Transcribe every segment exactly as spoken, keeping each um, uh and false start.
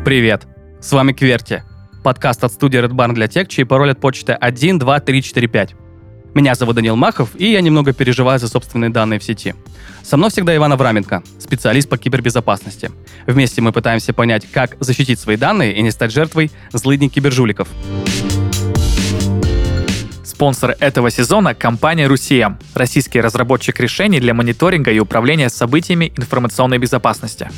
Привет! С вами Кверти, подкаст от студии Red Barn для тех, чей пароль от почты один два три четыре пять. Меня зовут Данил Махов, и я немного переживаю за собственные данные в сети. Со мной всегда Иван Авраменко, специалист по кибербезопасности. Вместе мы пытаемся понять, как защитить свои данные и не стать жертвой злыдней кибержуликов. Спонсор этого сезона – компания Русием, российский разработчик решений для мониторинга и управления событиями информационной безопасности.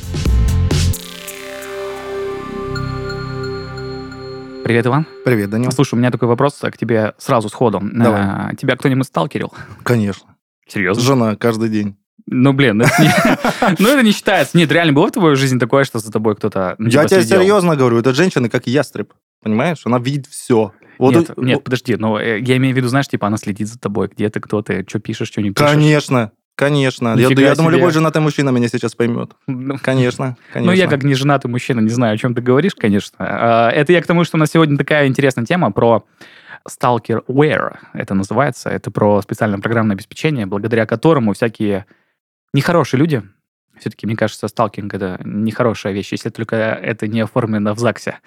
Привет, Иван. Привет, Данил. Слушай, у меня такой вопрос к тебе сразу сходу. Давай. А, тебя кто-нибудь сталкерил? Конечно. Серьезно? Жена каждый день. Ну, блин, это не- ну это не считается. Нет, реально было в твоей жизни такое, что за тобой кто-то ну, Я типа, тебе следил? серьезно говорю, эта женщина как ястреб. Понимаешь? Она видит все. Вот Нет, у- нет, подожди, но э, я имею в виду, знаешь, типа она следит за тобой, где ты, кто ты, что пишешь, что не пишешь. Конечно, конечно. Я, Нифига я думаю, себе. любой женатый мужчина меня сейчас поймет. Ну, Конечно, конечно. Ну, я как неженатый мужчина не знаю, о чем ты говоришь, конечно. А, Это я к тому, что у нас сегодня такая интересная тема про stalkerware, это называется. Это про специальное программное обеспечение, благодаря которому всякие нехорошие люди, все-таки, мне кажется, сталкинг — это нехорошая вещь, если только это не оформлено в ЗАГСе.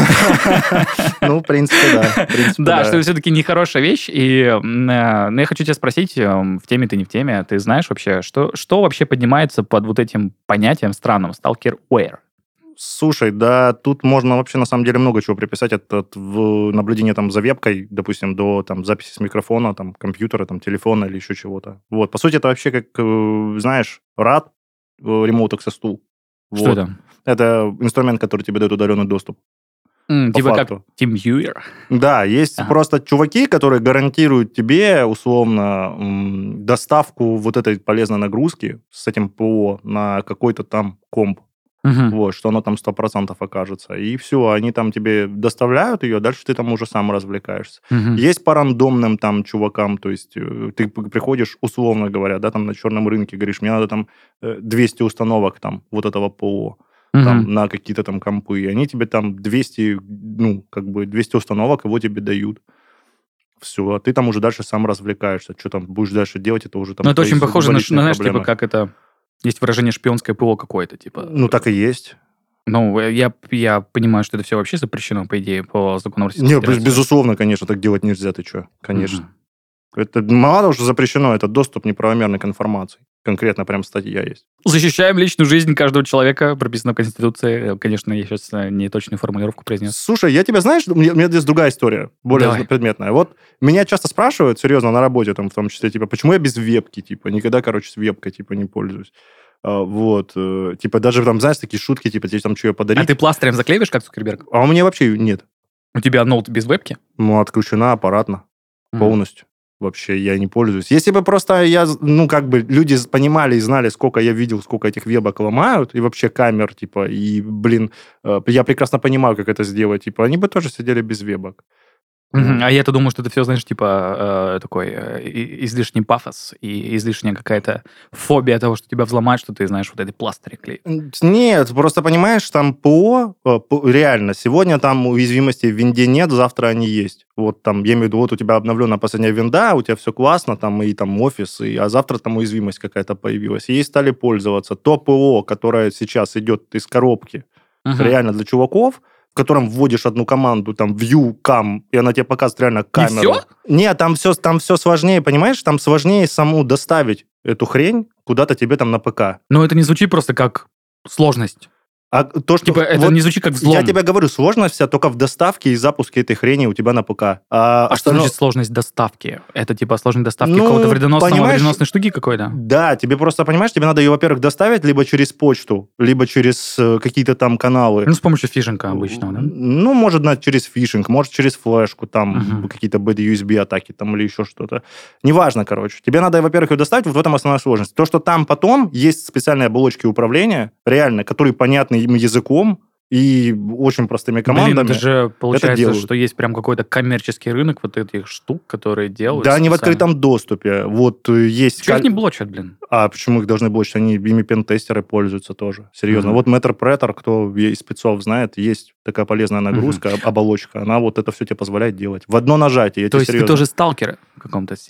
Ну, в принципе, да. В принципе, Да, что это все-таки нехорошая вещь. И м, э, ну, я хочу тебя спросить, э, в теме ты не в теме, ты знаешь вообще, что, что вообще поднимается под вот этим понятием странным stalkerware? Слушай, да, тут можно вообще на самом деле много чего приписать от, от в- наблюдения там за вебкой, допустим, до там записи с микрофона, там компьютера, там телефона или еще чего-то. Вот, по сути, это вообще как, э, знаешь, рад, э, Remote Access Tool. Что Вот. это? Это инструмент, который тебе дает удаленный доступ. М, По Типа как факту. TeamViewer? Да, есть Ага. просто чуваки, которые гарантируют тебе, условно, м, доставку вот этой полезной нагрузки с этим ПО на какой-то там комп. Мгм. Вот, что оно там сто процентов окажется. И все, они там тебе доставляют ее, дальше ты там уже сам развлекаешься. Мгм. Есть по рандомным там чувакам, то есть э, ты п- приходишь, условно говоря, да, там на черном рынке, говоришь, мне надо там э, двести установок там вот этого ПО там, Мгм. на какие-то там компы, и они тебе там двести, ну, как бы двести установок его тебе дают. Все, а ты там уже дальше сам развлекаешься. Что там будешь дальше делать, это уже там Ну, это твои очень похоже на, ш- личные на, знаешь, типа, проблемы. как это... Есть выражение шпионское ПО какое-то, типа... Ну, так и есть. Ну, э, я, я понимаю, что это все вообще запрещено, по идее, по закону Российской Не, без- Федерации. безусловно, конечно, так делать нельзя, ты что? Конечно. Мгм. Это мало того, что запрещено, это доступ неправомерный к информации. Конкретно прям статья есть. Защищаем личную жизнь каждого человека, прописано в Конституции. Э, Конечно, я сейчас э, не точную формулировку произнес. Слушай, я тебя, знаешь, у меня, у меня здесь другая история, более Давай. предметная. Вот меня часто спрашивают, серьезно, на работе, там, в том числе, типа, почему я без вебки, типа, никогда, короче, с вебкой, типа, не пользуюсь. А, вот, э, типа, даже там, знаешь, такие шутки, типа, тебе там, что я подарить. А ты пластырем заклеиваешь, как Цукерберг? А у меня вообще нет. У тебя ноут без вебки? Ну, отключена аппаратно Мгм. полностью. Вообще я не пользуюсь. Если бы просто я, ну, как бы люди понимали и знали, сколько я видел, сколько этих вебок ломают, и вообще камер, типа, и, блин, э, я прекрасно понимаю, как это сделать, типа, они бы тоже сидели без вебок. Мгм. Ну. А я-то думаю, что это все, знаешь, типа э, такой э, и- излишний пафос и излишняя какая-то фобия того, что тебя взломают, что ты, знаешь, вот эти пластыри клеить. Нет, просто понимаешь, там ПО, э, п- реально, сегодня там уязвимостей в винде нет, завтра они есть. Вот там, я имею в виду, вот у тебя обновлена последняя винда, у тебя все классно, там и там офис, и, а завтра там уязвимость какая-то появилась. И ей стали пользоваться. То ПО, которое сейчас идет из коробки, Мгм. реально для чуваков, в котором вводишь одну команду, там, view, cam, и она тебе показывает реально камеру. всё? Нет, там все, там все сложнее, понимаешь? Там сложнее саму доставить эту хрень куда-то тебе там на ПК. Но это не звучит просто как сложность. А то, что... Типа это вот не звучит как взлом. я тебе говорю, сложность вся только в доставке и запуске этой хрени у тебя на ПК. А, А что остальное- значит сложность доставки? Это типа сложность доставки Ну, какого-то вредоносного, понимаешь, вредоносной штуки какой-то? Да, тебе просто, понимаешь, тебе надо ее, во-первых, доставить либо через почту, либо через э, какие-то там каналы. Ну, с помощью фишинга обычного, да? Ну, может, на- через фишинг, может, через флешку, там, Мгм. какие-то бэд ю эс би-атаки, там, или еще что-то. Неважно, короче. Тебе надо, во-первых, ее доставить, вот в этом основная сложность. То, что там потом есть специальные оболочки управления, реально, которые понятны им языком и очень простыми командами. Блин, это же получается, делают. что есть прям какой-то коммерческий рынок вот этих штук, которые делают. Да, они в специально. открытом доступе. Вот э, есть... Чего их каль- не блочат, блин? А почему их должны блочить? Они ими пентестеры пользуются тоже. Серьезно. Мгм. Вот Metapretор, кто из спецов знает, есть такая полезная нагрузка, об- оболочка. Она вот это все тебе позволяет делать. В одно нажатие, я То тебе есть ты серьезно. тоже сталкер в каком-то степени?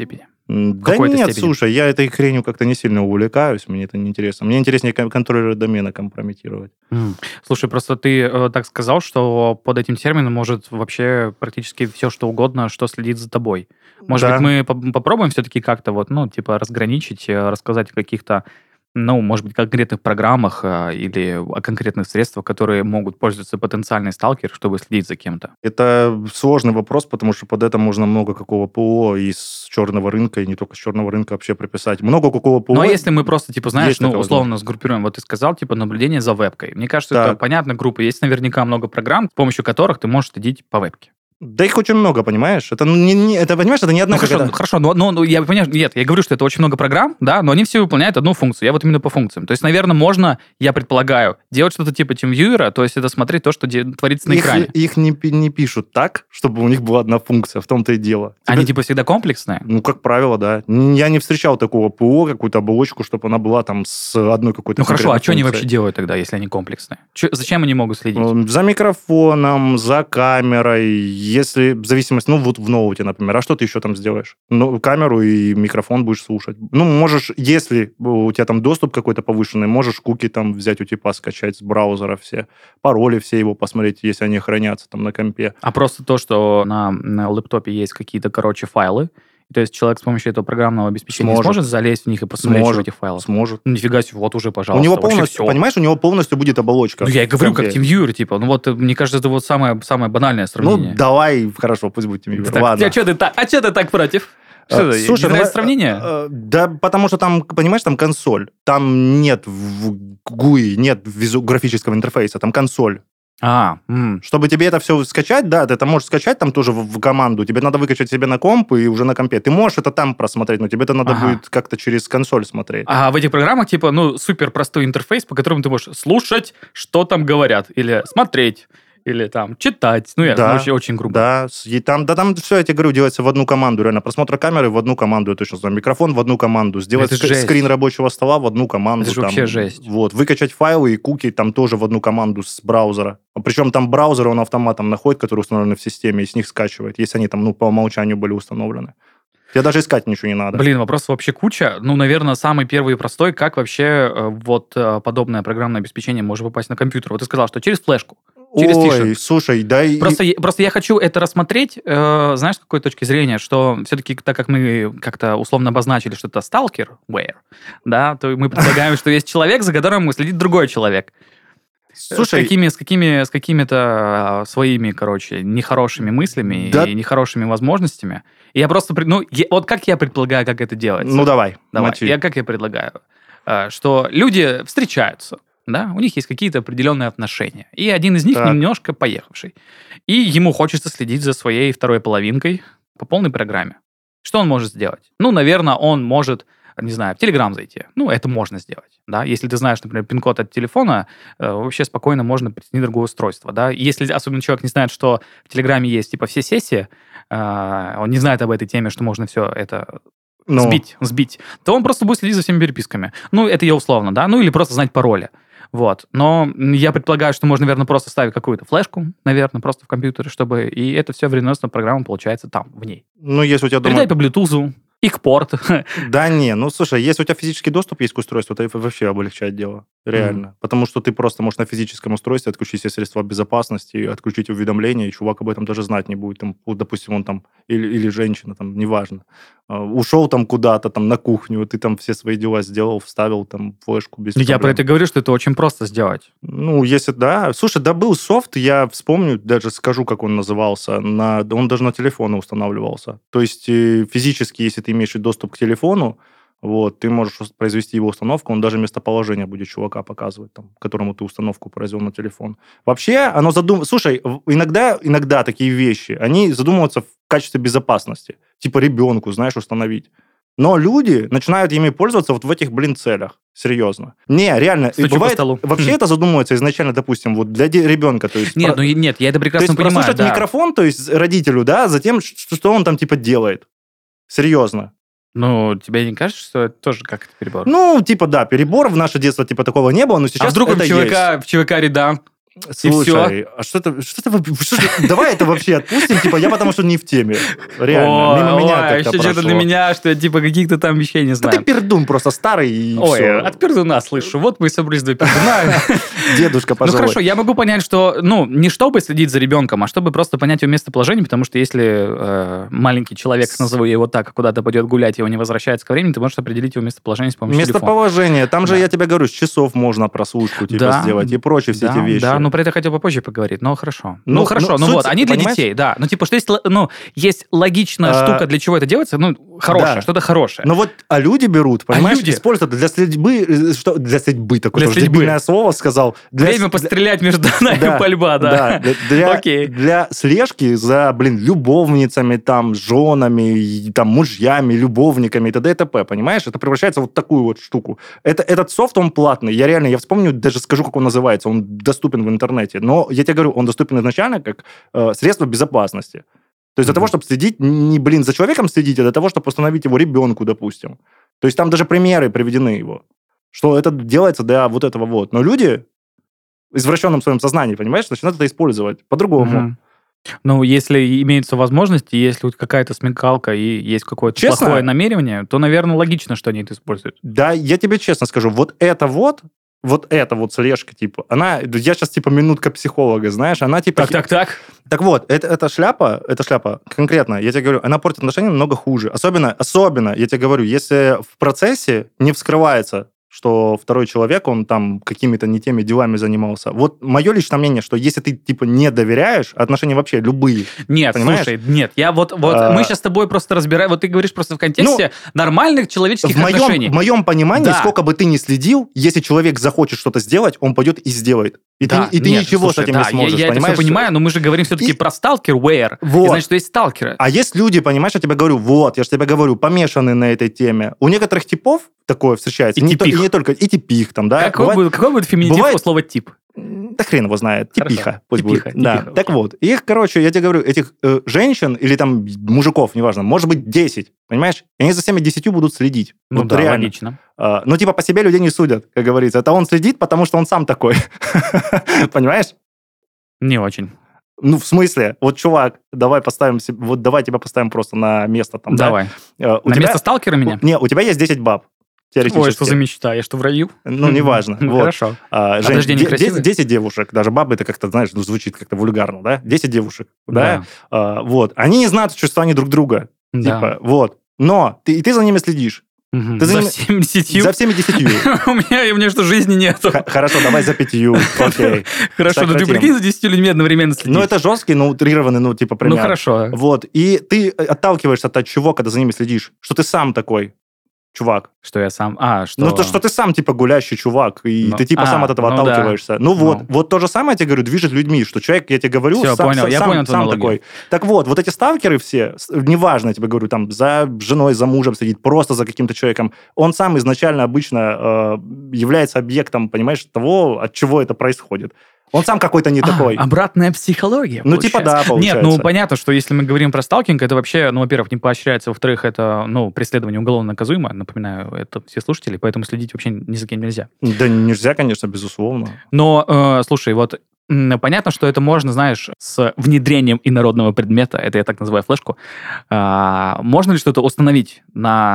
Да какой-то нет, степени. слушай, я этой хренью как-то не сильно увлекаюсь, мне это не интересно. Мне интереснее кон- контроллеры домена компрометировать. М. Слушай, просто ты э, так сказал, что под этим термином может вообще практически все, что угодно, что следит за тобой. Может Да. быть, мы поп- попробуем все-таки как-то вот, ну, типа, разграничить, э, рассказать о каких-то, ну, может быть, конкретных программах э, или о конкретных средствах, которые могут пользоваться потенциальный сталкер, чтобы следить за кем-то. Это сложный вопрос, потому что под это можно много какого ПО из черного рынка, и не только с черного рынка вообще приписать. Много какого ПО. Ну, а если мы просто, типа, знаешь, есть ну, такая условно сгруппируем, вот ты сказал, типа, наблюдение за вебкой. Мне кажется, это Так. понятно, группа. Есть наверняка много программ, с помощью которых ты можешь следить по вебке. Да их очень много, понимаешь? Это, ну, не, не- это понимаешь, это не одна Ну, хорошо, какая-то- ну, хорошо, но, но- но я понимаю, нет, я говорю, что это очень много программ, да, но они все выполняют одну функцию. Я вот именно по функциям. То есть, наверное, можно, я предполагаю, делать что-то типа TeamViewer, то есть это смотреть то, что де- творится на их, экране. их не, пи- не пишут так, чтобы у них была одна функция, в том-то и дело. Они Тебе- типа всегда комплексные. Ну, как правило, да. Н- Я не встречал такого ПО, какую-то оболочку, чтобы она была там с одной какой-то Ну хорошо, а конкретной что они функцией. вообще делают тогда, если они комплексные? Чё- зачем они могут следить? Ну, За микрофоном, за камерой, если в зависимости, ну, вот в ноуте, например, а что ты еще там сделаешь? Ну, камеру и микрофон будешь слушать. Ну, можешь, если у тебя там доступ какой-то повышенный, можешь куки там взять у типа, скачать с браузера все, пароли все его посмотреть, если они хранятся там на компе. А просто то, что на, на лэптопе есть какие-то, короче, файлы, то есть человек с помощью этого программного обеспечения Сможет. сможет залезть в них и посмотреть, что в Сможет. этих файлах? Сможет. Ну, нифига себе, вот уже, У пожалуйста. него вообще полностью, всё. понимаешь, у него полностью будет оболочка. Ну, я и в говорю, как компе. TeamViewer, типа. Ну, вот, э, мне кажется, это вот самое, самое банальное сравнение. Ну, давай, хорошо, пусть будет TeamViewer. Так, Ладно. а что ты так, а чё ты так против? Что А, это, слушай, не нравится ну, сравнение? э, э, Да, потому что там, понимаешь, там консоль. Там нет в гуи, нет визу- графического интерфейса, там консоль. А, м. Чтобы тебе это все скачать, да, ты это можешь скачать там тоже в, в команду, тебе надо выкачать себе на комп и уже на компе. Ты можешь это там просмотреть, но тебе это надо Ага. будет как-то через консоль смотреть. А в этих программах, типа, ну, супер простой интерфейс, по которому ты можешь слушать, что там говорят, или смотреть, или там читать. Ну, я Да, вообще очень грубо. Да, с- и там, да, там все, я тебе говорю, делается в одну команду, реально. Просмотр камеры в одну команду, я точно знаю. Микрофон в одну команду. Сделать Это ск- жесть. скрин рабочего стола в одну команду. Это же там, вообще жесть. Вот, выкачать файлы и куки там тоже в одну команду с браузера. Причем там браузеры он автоматом находит, которые установлены в системе, и с них скачивает, если они там, ну, по умолчанию были установлены. Тебе даже искать ничего не надо. Блин, вопросов вообще куча. Ну, наверное, самый первый и простой, как вообще э, вот э, подобное программное обеспечение может попасть на компьютер. Вот ты сказал, что через флешку. Через Ой, фишинг. слушай, да и... Просто, я- просто я хочу это рассмотреть, э, знаешь, с какой точки зрения, что все-таки, так как мы как-то условно обозначили, что это сталкер-ware, да, то мы предполагаем, что есть человек, за которым следит другой человек. Слушай, с, какими, с, какими, с какими-то а, своими, короче, нехорошими мыслями Да. и нехорошими возможностями. И я просто... пред- Ну, я- вот как я предполагаю, как это делается? ну давай, Давай. мочи. Я как я предлагаю, а, что люди встречаются, да, у них есть какие-то определенные отношения, и один из них Так. немножко поехавший, и ему хочется следить за своей второй половинкой по полной программе. Что он может сделать? Ну, наверное, он может, не знаю, в Телеграм зайти. Ну, это можно сделать, да. Если ты знаешь, например, пин-код от телефона, э, вообще спокойно можно присоединить другое устройство, да. Если особенно человек не знает, что в Телеграме есть, типа, все сессии, э, он не знает об этой теме, что можно все это Ну, сбить, сбить, то он просто будет следить за всеми переписками. Ну, это я условно, да, ну или просто знать пароли. Вот. Но я предполагаю, что можно, наверное, просто ставить какую-то флешку, наверное, просто в компьютере, чтобы... И это все вредоносная программа получается там, в ней. ну, если у тебя дома... Передай по Bluetooth, и к порт. Да не, ну слушай, если у тебя физический доступ есть к устройству, то это вообще облегчает дело. Реально. Мгм. Потому что ты просто можешь на физическом устройстве отключить все средства безопасности, отключить уведомления, и чувак об этом даже знать не будет. Там, вот, допустим, он там, или, или женщина, там, неважно. А, ушел там куда-то, там, на кухню, ты там все свои дела сделал, вставил там флешку без Я про проблем. это и говорю, что это очень просто сделать. Ну, если да. Слушай, да был софт, я вспомню, даже скажу, как он назывался. На, он даже на телефоны устанавливался. То есть э, физически, если ты имеешь доступ к телефону, вот, ты можешь ус- произвести его установку, он даже местоположение будет чувака показывать, там, которому ты установку произвел на телефон. Вообще, оно задум... Слушай, в- иногда, иногда такие вещи, они задумываются в качестве безопасности. Типа ребенку, знаешь, установить. Но люди начинают ими пользоваться вот в этих, блин, целях. Серьезно. Не, реально. и Стучу по бывает, столу. вообще это задумывается изначально, допустим, вот для де- ребенка. То есть, Нет, про- ну и- нет, я это то прекрасно есть понимаю, прослушать да. микрофон, то есть родителю, да, затем, что, что он там типа делает. Серьезно. Ну, тебе не кажется, что это тоже как это перебор? Ну, типа, да, перебор в наше детство типа такого не было, но сейчас а вдруг он это в ЧВК, в ЧВК ряда? Слушай, а что это, что это, вообще- что это- давай это вообще отпустим, типа, я потому что не в теме, реально, Ой, мимо меня ой, как-то еще что-то прошло. для меня, что я типа каких-то там вещей не Да знаю. ты пердун просто старый и Ой, все. от пердуна слышу. Вот мы и собрались до пердуна. Дедушка, Ну пожалуй. хорошо, я могу понять, что, ну, не чтобы следить за ребенком, а чтобы просто понять его местоположение, потому что если э, маленький человек, назову его так, куда-то пойдет гулять, и он не возвращается ко времени, ты можешь определить его местоположение с помощью телефона. Местоположение, там же, Да. я тебе говорю, с часов можно прослушку типа Да, сделать и прочие все да, эти вещи. Да, ну про это хотел попозже поговорить, но хорошо. Ну, Ну, хорошо, ну, ну суть, вот, они для понимаешь? детей, да. Ну типа, что есть, л- ну, есть логичная А, штука, для чего это делается, ну, хорошее, да. что-то хорошее. Но вот, а люди берут, понимаешь, люди? используют это для стрельбы, э, что, для стрельбы, такое Для тоже стрельбы. дебильное слово сказал. Для, Время для- пострелять между нами, Да, пальба, да. Да, для, для- Окей. для слежки за, блин, любовницами, там, женами, и, там, мужьями, любовниками и т.д. и т.п., понимаешь? Это превращается в вот такую вот штуку. Это, этот софт, он платный. Я реально, я вспомню, даже скажу, как он называется. Он доступен в интернете. Но я тебе говорю, он доступен изначально как э, средство безопасности. То есть для Мгм. того, чтобы следить, не, блин, за человеком следить, а для того, чтобы установить его ребенку, допустим. То есть там даже примеры приведены его, что это делается для вот этого вот. Но люди в извращенном своем сознании, понимаешь, начинают это использовать по-другому. Мгм. Ну, если имеется возможность, и если вот какая-то смекалка и есть какое-то Честно? плохое намерение, то, наверное, логично, что они это используют. Да, я тебе честно скажу, вот это вот, вот эта вот слежка, типа, она, я сейчас, типа, минутка психолога, знаешь, она, типа... Так, так, так. Так вот, это, эта шляпа, эта шляпа, конкретно, я тебе говорю, она портит отношения намного хуже. Особенно, особенно, я тебе говорю, если в процессе не вскрывается, что второй человек, он там какими-то не теми делами занимался. Вот мое личное мнение, что если ты, типа, не доверяешь, отношения вообще любые, Нет, Понимаешь? слушай, нет, я вот, вот А, мы сейчас с тобой просто разбираем, вот ты говоришь просто в контексте нормальных человеческих в моем, отношений. в моем понимании, Да. сколько бы ты ни следил, если человек захочет что-то сделать, он пойдет и сделает. И Да, ты, и ты нет, ничего слушай, с этим да, не сможешь, я, я это понимаешь? все понимаю, но мы же говорим все-таки И- про сталкер-вэйр. Вот. И значит, что есть сталкеры. А есть люди, понимаешь, я тебе говорю, вот, я же тебе говорю, помешаны на этой теме. У некоторых типов такое встречается. И не, то- типих. и не только, и типих там, да. какой, Бывает- будет, какой будет феминитив бывает- у слова «тип»? Да хрен его знает. Хорошо. Типиха. Пусть Типиха, будет. Да. типиха, Так окей. вот. Их, короче, я тебе говорю, этих э, женщин или там мужиков, неважно, может быть десять, понимаешь? И они за всеми десятью будут следить. Ну Вот да, реально. логично. А, ну, типа, по себе людей не судят, как говорится. Это он следит, потому что он сам такой. Понимаешь? Не очень. Ну, в смысле? Вот, чувак, давай поставим... себе- Вот давай тебя поставим просто на место там, да? Давай. Э, у На тебя- место сталкера меня? Не, у тебя есть десять баб. Теоретически. Ой, что за мечта? Я что, в раю? Ну, неважно. Ну, Вот. Хорошо. А, Жень, подожди, они де- красивые? десять, десять девушек, даже бабы, это как-то, знаешь, ну, звучит как-то вульгарно, да? десять девушек, да? Да. А, вот. Они не знают существования друг друга. Да. Типа, вот. Но ты, и ты за ними следишь. Мгм. ты за За ними- всеми десятью? За всеми десятью. У меня, и у меня что, жизни нету. Х- Хорошо, давай за пятью. Окей. Хорошо, ну ты сократим. прикинь, за десятью людьми одновременно следить. Ну, это жесткий, но утрированный, ну, типа, пример. Ну, хорошо. Вот. И ты отталкиваешься от чего, когда за ними следишь? Что ты сам такой чувак. Что я сам... А, что... Ну, то, что ты сам, типа, гулящий чувак, и Ну, ты, типа, а, сам от этого ну да. отталкиваешься. Ну, вот. Ну. Вот то же самое, я тебе говорю, движет людьми, что человек, я тебе говорю, Всё, сам, понял, сам, я сам- понял твою сам аналогию. такой. Так вот, вот эти сталкеры все, с- неважно, я тебе говорю, там, за женой, за мужем следить, просто за каким-то человеком, он сам изначально обычно э, является объектом, понимаешь, того, от чего это происходит. Он сам какой-то не А, такой. обратная психология, Ну, типа, получается. да, получается. Нет, ну, понятно, что если мы говорим про сталкинг, это вообще, ну, во-первых, не поощряется, во-вторых, это, ну, преследование уголовно наказуемо, напоминаю, это все слушатели, поэтому следить вообще ни за кем нельзя. Да нельзя, конечно, безусловно. Но, э, слушай, вот м, понятно, что это можно, знаешь, с внедрением инородного предмета, это я так называю флешку, а, можно ли что-то установить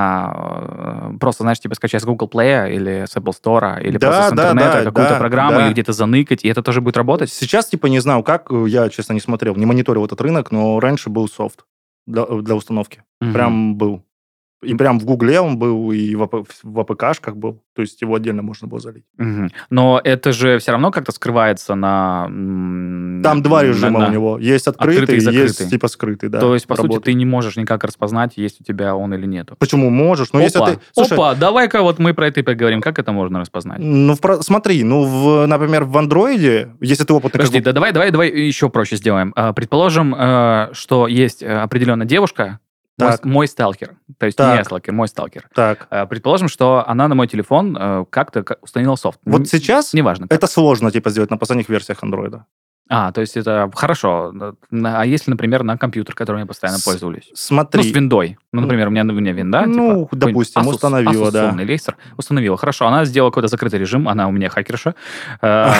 на, э, просто, знаешь, типа скачать с Google Play или с Apple Store, или Да, просто с да, интернета да, какую-то да, программу, да. или где-то заныкать, и это тоже будет работать? Сейчас, типа, не знаю как, я, честно, не смотрел, не мониторил этот рынок, но раньше был софт для, для установки. Мгм. Прям был. И прям в Гугле он был, и в, АП в АПКшках был. То есть его отдельно можно было залить. Мгм. Но это же все равно как-то скрывается на... м, Там два на- режима на- у него. Есть открытый, Открытый и закрытый. есть типа скрытый, да. То есть, по сути, работает. ты не можешь никак распознать, есть у тебя он или нету. Почему можешь? Ну, если Опа, ты... Слушай, опа, давай-ка вот мы про это и поговорим. Как это можно распознать? ну, в про- смотри, ну, в, например, в андроиде, если ты опытный... как Подожди, бы- да давай, давай, давай еще проще сделаем. А, Предположим, э, что есть э, определенная девушка, мой, Так. мой сталкер, то есть не Так. я сталкер, мой сталкер. Так, Э, Предположим, что она на мой телефон э, как-то ка- установила софт. вот Н- сейчас Неважно. как. это сложно, типа, сделать на последних версиях андроида. А, то есть это хорошо. А если, например, на компьютер, которым я постоянно С- пользуюсь? Смотри. Ну, с виндой. Ну, например, у меня, у меня винда, Ну, типа, допустим, Asus, установила, Asus да. умный Acer, установила. Хорошо, она сделала какой-то закрытый режим, она у меня хакерша. Э,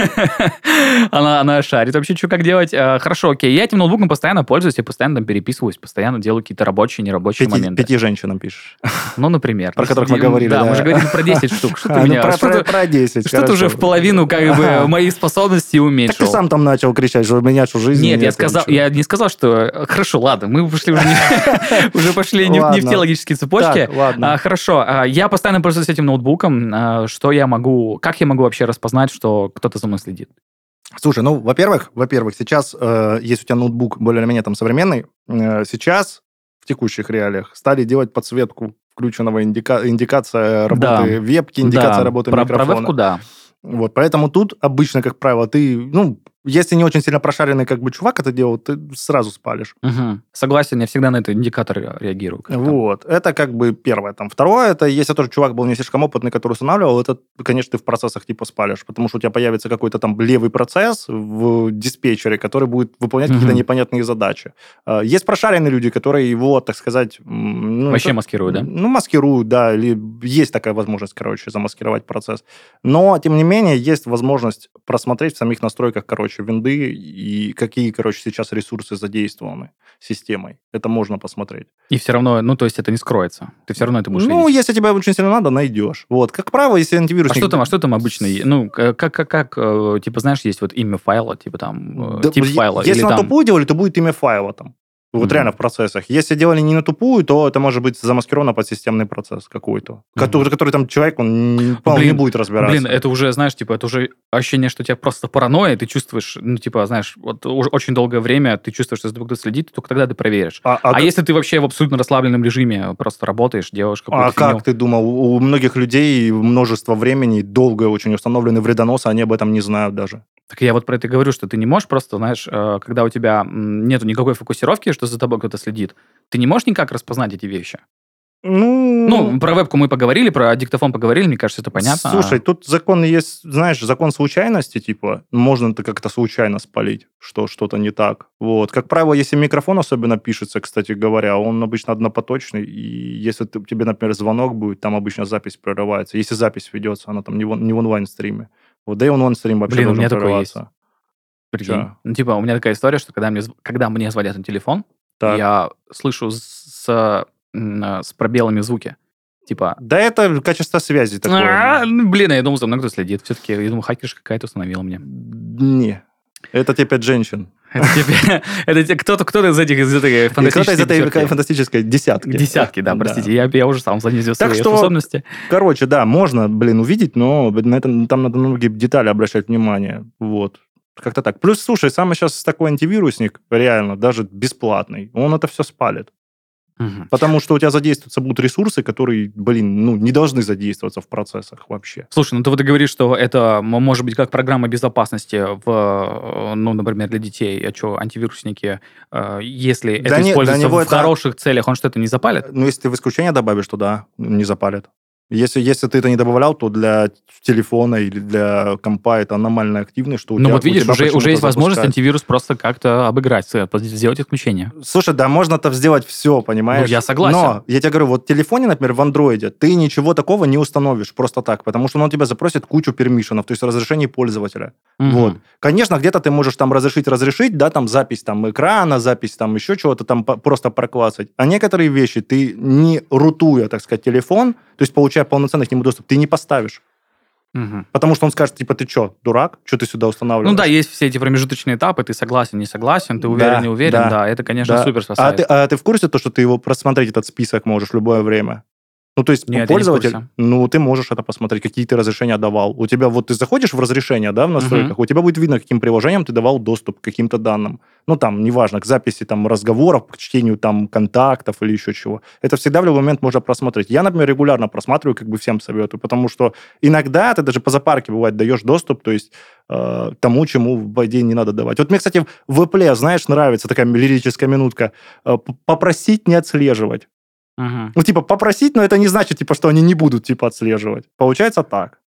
Она она шарит вообще, что как делать. Э, Хорошо, окей, я этим ноутбуком постоянно пользуюсь, я постоянно там переписываюсь, постоянно делаю какие-то рабочие, нерабочие Пяти, моменты. пяти женщинам пишешь. Ну, например. Про Ну, которых мы среди- говорили, Да, мы да. же говорили про десять штук. Что ты А, ну, меня... про, что про- ты- про десять, Что ты уже хорошо. в половину как бы Ага. моей способности Так уменьшил? ты сам там начал кричать, что у меня что, жизни Нет, я нет, сказал, ничего. я не сказал, что хорошо, ладно, мы пошли уже не, уже пошли не, в- не в те Ладно. логические цепочки. Так, ладно. А, хорошо, а, я постоянно пользуюсь этим ноутбуком. А, что я могу, как я могу вообще распознать, что кто-то за мной следит? Слушай, ну, во-первых, во-первых, сейчас, э, если у тебя ноутбук более-менее там современный, э, сейчас в текущих реалиях стали делать подсветку включенного индика- индикация работы Да. вебки, индикация Да, работы про, микрофона. про вебку, да. Вот, поэтому тут обычно, как правило, ты, ну, если не очень сильно прошаренный как бы чувак это делал, ты сразу спалишь. Мгм. Согласен, я всегда на этот индикатор ре- реагирую. как-то. Вот, это как бы первое. Там. Второе, это если тоже чувак был не слишком опытный, который устанавливал, это, конечно, ты в процессах типа спалишь, потому что у тебя появится какой-то там левый процесс в диспетчере, который будет выполнять Мгм. какие-то непонятные задачи. А, Есть прошаренные люди, которые его, так сказать... м, Ну, Вообще это- маскируют, да? Ну, маскируют, да, или есть такая возможность, короче, замаскировать процесс. Но, тем не менее, есть возможность просмотреть в самих настройках, короче, винды и какие, короче, сейчас ресурсы задействованы системой. Это можно посмотреть. И все равно, ну, то есть это не скроется. Ты все равно это будешь Ну, видеть. если тебе очень сильно надо, найдешь. Вот. Как правило, если А антивирусник... что там, а что там обычно? е- Ну, к- как, как, как, э, типа, знаешь, есть вот имя файла, типа там, э, Да, тип е- файла. Если или на там... тупую делали, то будет имя файла там. Вот Мгм. реально в процессах. Если делали не на тупую, то это может быть замаскировано под системный процесс какой-то. Который, который там человек, он не, по-моему, не Блин, будет разбираться. Блин, это уже, знаешь, типа, это уже ощущение, что у тебя просто паранойя, ты чувствуешь, ну, типа, знаешь, вот уже очень долгое время ты чувствуешь, что за тобой кто-то следит, только тогда ты проверишь. А, А, а, если ты вообще в абсолютно расслабленном режиме просто работаешь, делаешь какую-то а фигню? как ты думал? У у многих людей множество времени, долго очень установлены вредоносы, они об этом не знают даже. Так я вот про это и говорю, что ты не можешь просто, знаешь, э, когда у тебя м, нету никакой фокусировки, что за тобой кто-то следит, ты не можешь никак распознать эти вещи. Ну, Ну, про вебку мы поговорили, про диктофон поговорили, мне кажется, это понятно. Слушай, тут закон есть, знаешь, закон случайности, типа, можно это как-то случайно спалить, что что-то не так. Вот. Как правило, если микрофон особенно пишется, кстати говоря, он обычно однопоточный, и если ты- тебе, например, звонок будет, там обычно запись прерывается. Если запись ведется, она там не в, не в онлайн-стриме. Вот, да и онлайн-стрим вообще Блин, у должен меня такое прерываться. Прикинь. Чё? Ну, типа, у меня такая история, что когда мне, зв- когда мне звонят на телефон, Так. я слышу с, с, м, с пробелами звуки. Типа, Да это качество связи такое. «А, ну, блин, я думал, за мной кто следит. Все-таки, я думаю, хакерша какая-то установила мне. Не. Это тебе пять женщин. Это тебе- это те- кто-то кто-то из этих, из этой И кто-то из фантастической этой десятки. фантастической десятки. Десятки, да, простите. Я, я уже сам занизил Так свои что- способности. Короче, да, можно, блин, увидеть, но на это, там надо на многие детали обращать внимание. Вот. Как-то так. Плюс, слушай, самый сейчас такой антивирусник, реально, даже бесплатный, он это все спалит. Мгм. Потому что у тебя задействуются будут ресурсы, которые, блин, ну, не должны задействоваться в процессах вообще. Слушай, ну ты вот и говоришь, что это м- может быть как программа безопасности, в, э, ну, например, для детей, а что, антивирусники, э, если Для это не- используется для него в это- хороших целях, он что-то не запалит? Ну, если ты в исключение добавишь, то да, не запалит. Если, если ты это не добавлял, то для телефона или для компа это аномально активный, что у Ну тебя, вот у видишь, тебя уже, почему-то уже есть возможность запускает. антивирус просто как-то обыграть, с- сделать исключение. Слушай, да, можно там сделать все, понимаешь? Ну, я согласен. Но, я тебе говорю, вот в телефоне, например, в андроиде, ты ничего такого не установишь просто так, потому что он у тебя запросит кучу пермишенов, то есть разрешений пользователя. Мгм. Вот. Конечно, где-то ты можешь там разрешить-разрешить, да, там запись там экрана, запись там еще чего-то там по- просто проклацать. А некоторые вещи ты, не рутуя, так сказать, телефон, то есть получая полноценный к нему доступ, ты не поставишь. Мгм. Потому что он скажет, типа, ты что, дурак? Что ты сюда устанавливаешь? Ну да, есть все эти промежуточные этапы, ты согласен, не согласен, ты уверен, Да, не уверен, да, да, это, конечно, Да. супер А спасает. ты, а ты в курсе то, что ты его просмотреть этот список можешь в любое время? Ну, то есть Нет, я не в пользователь, курсе. ну, ты можешь это посмотреть, какие ты разрешения давал. У тебя вот ты заходишь в разрешения, да, в настройках, у тебя будет видно, каким приложением ты давал доступ к каким-то данным. Ну, там, неважно, к записи там разговоров, к чтению там контактов или еще чего. Это всегда в любой момент можно просмотреть. Я, например, регулярно просматриваю, как бы всем советую, потому что иногда ты даже по запарке, бывает, даешь доступ, то есть э, тому, чему, по идее, не надо давать. Вот мне, кстати, в Apple, знаешь, нравится такая лирическая минутка, э, п- попросить не отслеживать. Мгм. Ну, типа, попросить, но это не значит, типа, что они не будут, типа, отслеживать. Получается так.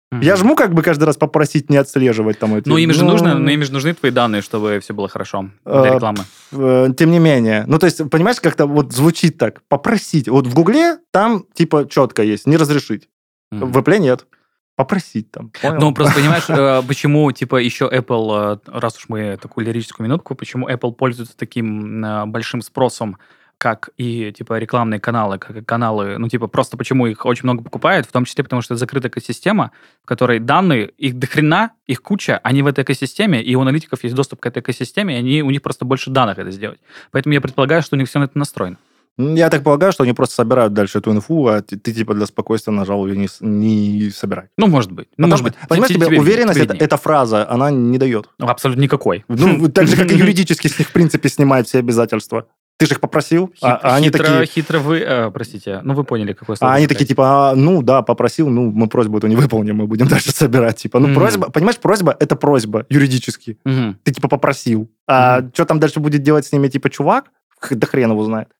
Мгм. Я жму как бы каждый раз попросить не отслеживать там эти... Ну, им же ну, нужно, ну, им же нужны твои данные, чтобы все было хорошо А, для рекламы. э, Тем не менее. Ну, то есть, понимаешь, как-то вот звучит так. Попросить. Вот в Гугле там типа четко есть. Не разрешить. Мгм. В Apple нет. Попросить там. Понял? Ну, просто понимаешь, э, почему, типа, еще Apple, э, раз уж мы такую лирическую минутку, почему Apple пользуется таким э, большим спросом, как и, типа, рекламные каналы, как и каналы, ну, типа, просто почему их очень много покупают, в том числе потому, что это закрытая экосистема, в которой данные, их дохрена, их куча, они в этой экосистеме, и у аналитиков есть доступ к этой экосистеме, и они, у них просто больше данных это сделать. Поэтому я предполагаю, что у них все на это настроено. М, Я так полагаю, что они просто собирают дальше эту инфу, а ты, ты, типа для спокойствия нажал ее не, с- не собирать. Ну, может быть. Ну, Потому- может быть. Понимаешь, Тебе- тебе тебе виднее, уверенность, тебе это, виднее. эта фраза, она не дает. Ну, абсолютно никакой. Ну, так же, как и юридически с них, в принципе, снимает все обязательства. Ты же их попросил, а, Хит- а они хитро, такие... хитро вы... э, простите, ну, вы поняли, какой слово А они сказать. такие, типа, а, ну да, попросил, ну мы просьбу эту не выполним, мы будем дальше собирать. Типа, ну Мгм. просьба, понимаешь, просьба – это просьба юридически. Мгм. Ты типа попросил. А Мгм. что там дальше будет делать с ними, типа, чувак? Х- Да хрен его знает.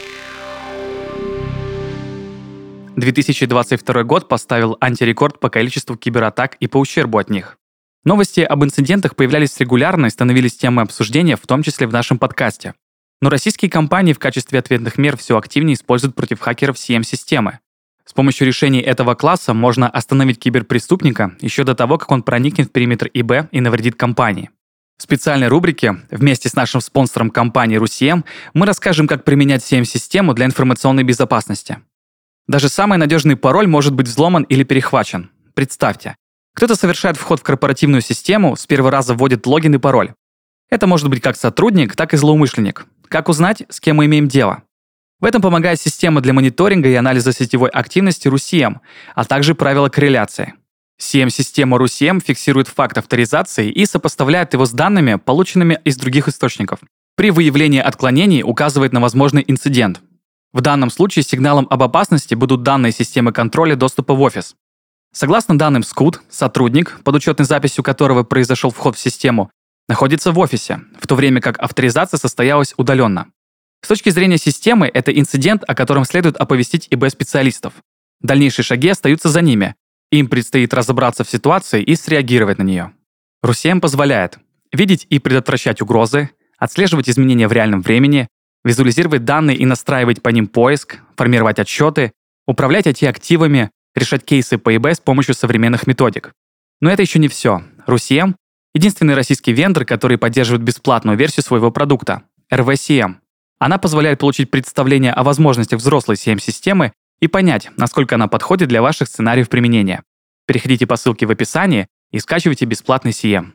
две тысячи двадцать второй год поставил антирекорд по количеству кибератак и по ущербу от них. Новости об инцидентах появлялись регулярно и становились темой обсуждения, в том числе в нашем подкасте. Но российские компании в качестве ответных мер все активнее используют против хакеров си эм-системы. С помощью решений этого класса можно остановить киберпреступника еще до того, как он проникнет в периметр и бэ и навредит компании. В специальной рубрике вместе с нашим спонсором компанией Русием мы расскажем, как применять си эм-систему для информационной безопасности. Даже самый надежный пароль может быть взломан или перехвачен. Представьте, кто-то совершает вход в корпоративную систему, с первого раза вводит логин и пароль. Это может быть как сотрудник, так и злоумышленник. Как узнать, с кем мы имеем дело? В этом помогает система для мониторинга и анализа сетевой активности Русием, а также правила корреляции. си эм-система Русием фиксирует факт авторизации и сопоставляет его с данными, полученными из других источников. При выявлении отклонений указывает на возможный инцидент. В данном случае сигналом об опасности будут данные системы контроля доступа в офис. Согласно данным СКУД, сотрудник, под учетной записью которого произошел вход в систему, находится в офисе, в то время как авторизация состоялась удаленно. С точки зрения системы, это инцидент, о котором следует оповестить и бэ-специалистов. Дальнейшие шаги остаются за ними. Им предстоит разобраться в ситуации и среагировать на нее. Русием позволяет видеть и предотвращать угрозы, отслеживать изменения в реальном времени, визуализировать данные и настраивать по ним поиск, формировать отчеты, управлять ай ти-активами, решать кейсы по и бэ с помощью современных методик. Но это еще не все. Русием — единственный российский вендор, который поддерживает бесплатную версию своего продукта — эр вэ си эм. Она позволяет получить представление о возможностях взрослой си эм-системы и понять, насколько она подходит для ваших сценариев применения. Переходите по ссылке в описании и скачивайте бесплатный си эм.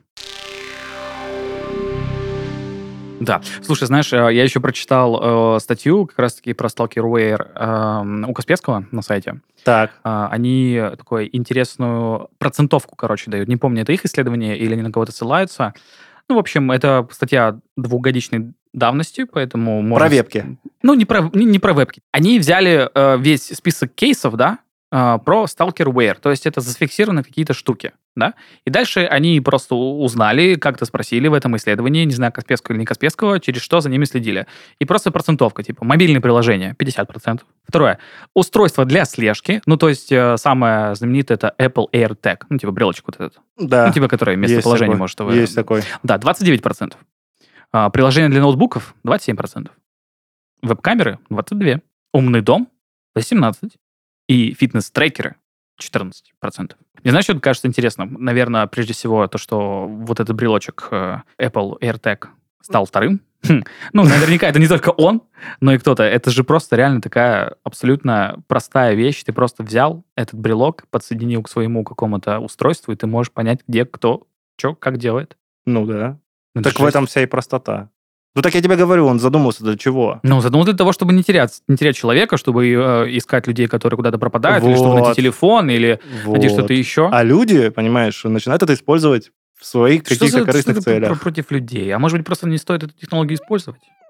Да. Слушай, знаешь, э, я еще прочитал э, статью как раз-таки про Stalkerware э, у Касперского на сайте. Так. А, Они такую интересную процентовку, короче, дают. Не помню, это их исследование или они на кого-то ссылаются. Ну, в общем, это статья двухгодичной давности, поэтому... Про можно... вебки. Ну, не про, не, не про вебки. Они взяли э, весь список кейсов, да, э, про Stalkerware. То есть это зафиксированы какие-то штуки, да. И дальше они просто у- узнали, как-то спросили в этом исследовании, не знаю, Касперского или не Касперского, через что за ними следили. И просто процентовка, типа, мобильные приложения пятьдесят процентов. Второе. Устройство для слежки. Ну, то есть э, самое знаменитое это Apple AirTag. Ну, типа брелочек вот этот. Да. Ну, типа, которое Есть местоположение такой. может... его- Есть такой. Да, двадцать девять процентов. А, приложение для ноутбуков двадцать семь процентов. Веб-камеры двадцать два процента. Умный дом восемнадцать процентов. И фитнес-трекеры четырнадцать процентов. Не знаю, что кажется интересным. Наверное, прежде всего, то, что вот этот брелочек э, Apple AirTag стал вторым. Хм. Ну, наверняка это не только он, но и кто-то. Это же просто реально такая абсолютно простая вещь. Ты просто взял этот брелок, подсоединил к своему какому-то устройству, и ты можешь понять, где кто, что, как делает. Ну да. Ну, Так это в жесть. этом вся и простота. Ну так я тебе говорю, он задумался для чего. Ну, задумал для того, чтобы не терять, не терять человека, чтобы э, искать людей, которые куда-то пропадают, или чтобы найти Вот. телефон, или найти Вот. что-то еще. А люди, понимаешь, начинают это использовать в своих Что каких-то за- корыстных что за про- целях. против людей? А может быть, просто не стоит эту технологию использовать?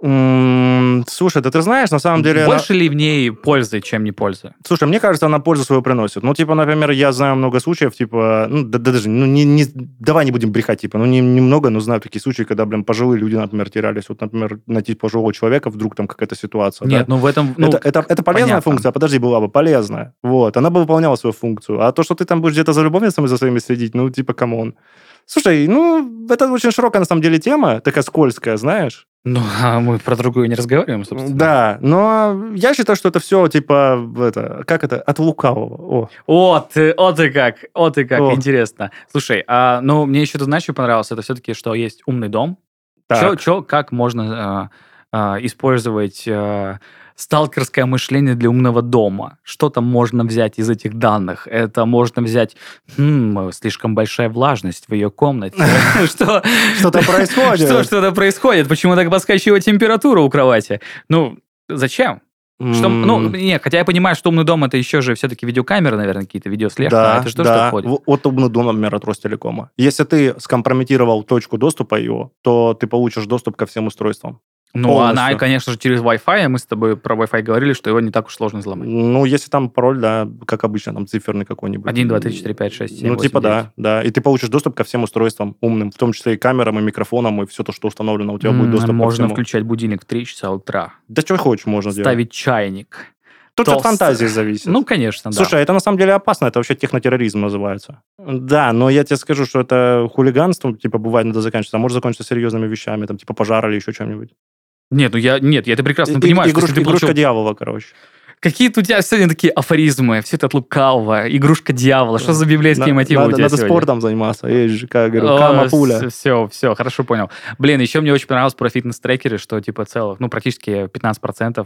М, Слушай, да ты знаешь, на самом деле... она- Больше ли в ней пользы, чем не пользы? Слушай, мне кажется, она пользу свою приносит. Ну, типа, например, я знаю много случаев, типа, ну, да, да даже, ну, не, не, давай не будем брехать, типа, ну, не, немного, но знаю такие случаи, когда, блин, пожилые люди, например, терялись. Вот, например, найти пожилого человека, вдруг там какая-то ситуация, Нет, да? ну в этом... Ну, это, это, это полезная понятно. функция, подожди, была бы полезная. Вот, она бы выполняла свою функцию. А то, что ты там будешь где-то за любовницами за своими следить, ну, типа, камон. Слушай, ну, это очень широкая, на самом деле, тема, такая скользкая, знаешь? Ну, а мы про другую не разговариваем, собственно. Да, но я считаю, что это все, типа, это, как это, от лукавого. О. О, ты, о ты как, о ты как, О. интересно. Слушай, а, ну, мне еще, ты знаешь, что понравилось? Это все-таки, что есть умный дом. Так. Чё, чё, как можно а, а, использовать а, сталкерское мышление для умного дома? Что там можно взять из этих данных? Это можно взять, хм, слишком большая влажность в ее комнате. Что Что-то происходит. Что что-то происходит? Почему так подскачивает температура у кровати? Ну, зачем? Что, ну, М, нет, хотя я понимаю, что умный дом это еще же все-таки видеокамеры, наверное, какие-то видеослежки. Да, а это что, да. что входит? В- Вот умный дом, например, от Ростелекома. Если ты скомпрометировал точку доступа его, то ты получишь доступ ко всем устройствам. Ну, полностью. она, конечно же, через Wi-Fi, мы с тобой про Wi-Fi говорили, что его не так уж сложно взломать. Ну, если там пароль, да, как обычно, там циферный какой-нибудь. один, два, три, четыре, пять, шесть, семь, Ну, восемь, типа, девять. да, да. И ты получишь доступ ко всем устройствам умным, в том числе и камерам, и микрофонам, и все то, что установлено. У тебя будет М, доступ ко Можно всему. включать будильник в три часа утра, Да что хочешь можно делать. ставить чайник. Тут от толст- фантазии зависит. Ну, конечно, да. Слушай, это на самом деле опасно, это вообще технотерроризм называется. Да, но я тебе скажу, что это хулиганство, типа, бывает, надо заканчиваться, а может закончиться серьезными вещами, там, типа, пожар или еще чем-нибудь. Нет, ну я, нет, я это прекрасно И- понимаю, и- что если игрушка, ты игрушка получил- дьявола, короче. Какие-то у тебя сегодня такие афоризмы, все это от лукавого, игрушка дьявола, что за библейские На- мотивы надо, у тебя надо сегодня? спортом заниматься, я же, как говорю, кама пуля. Все, все, хорошо понял. Блин, еще мне очень понравилось про фитнес-трекеры, что типа целых, ну, практически пятнадцать процентов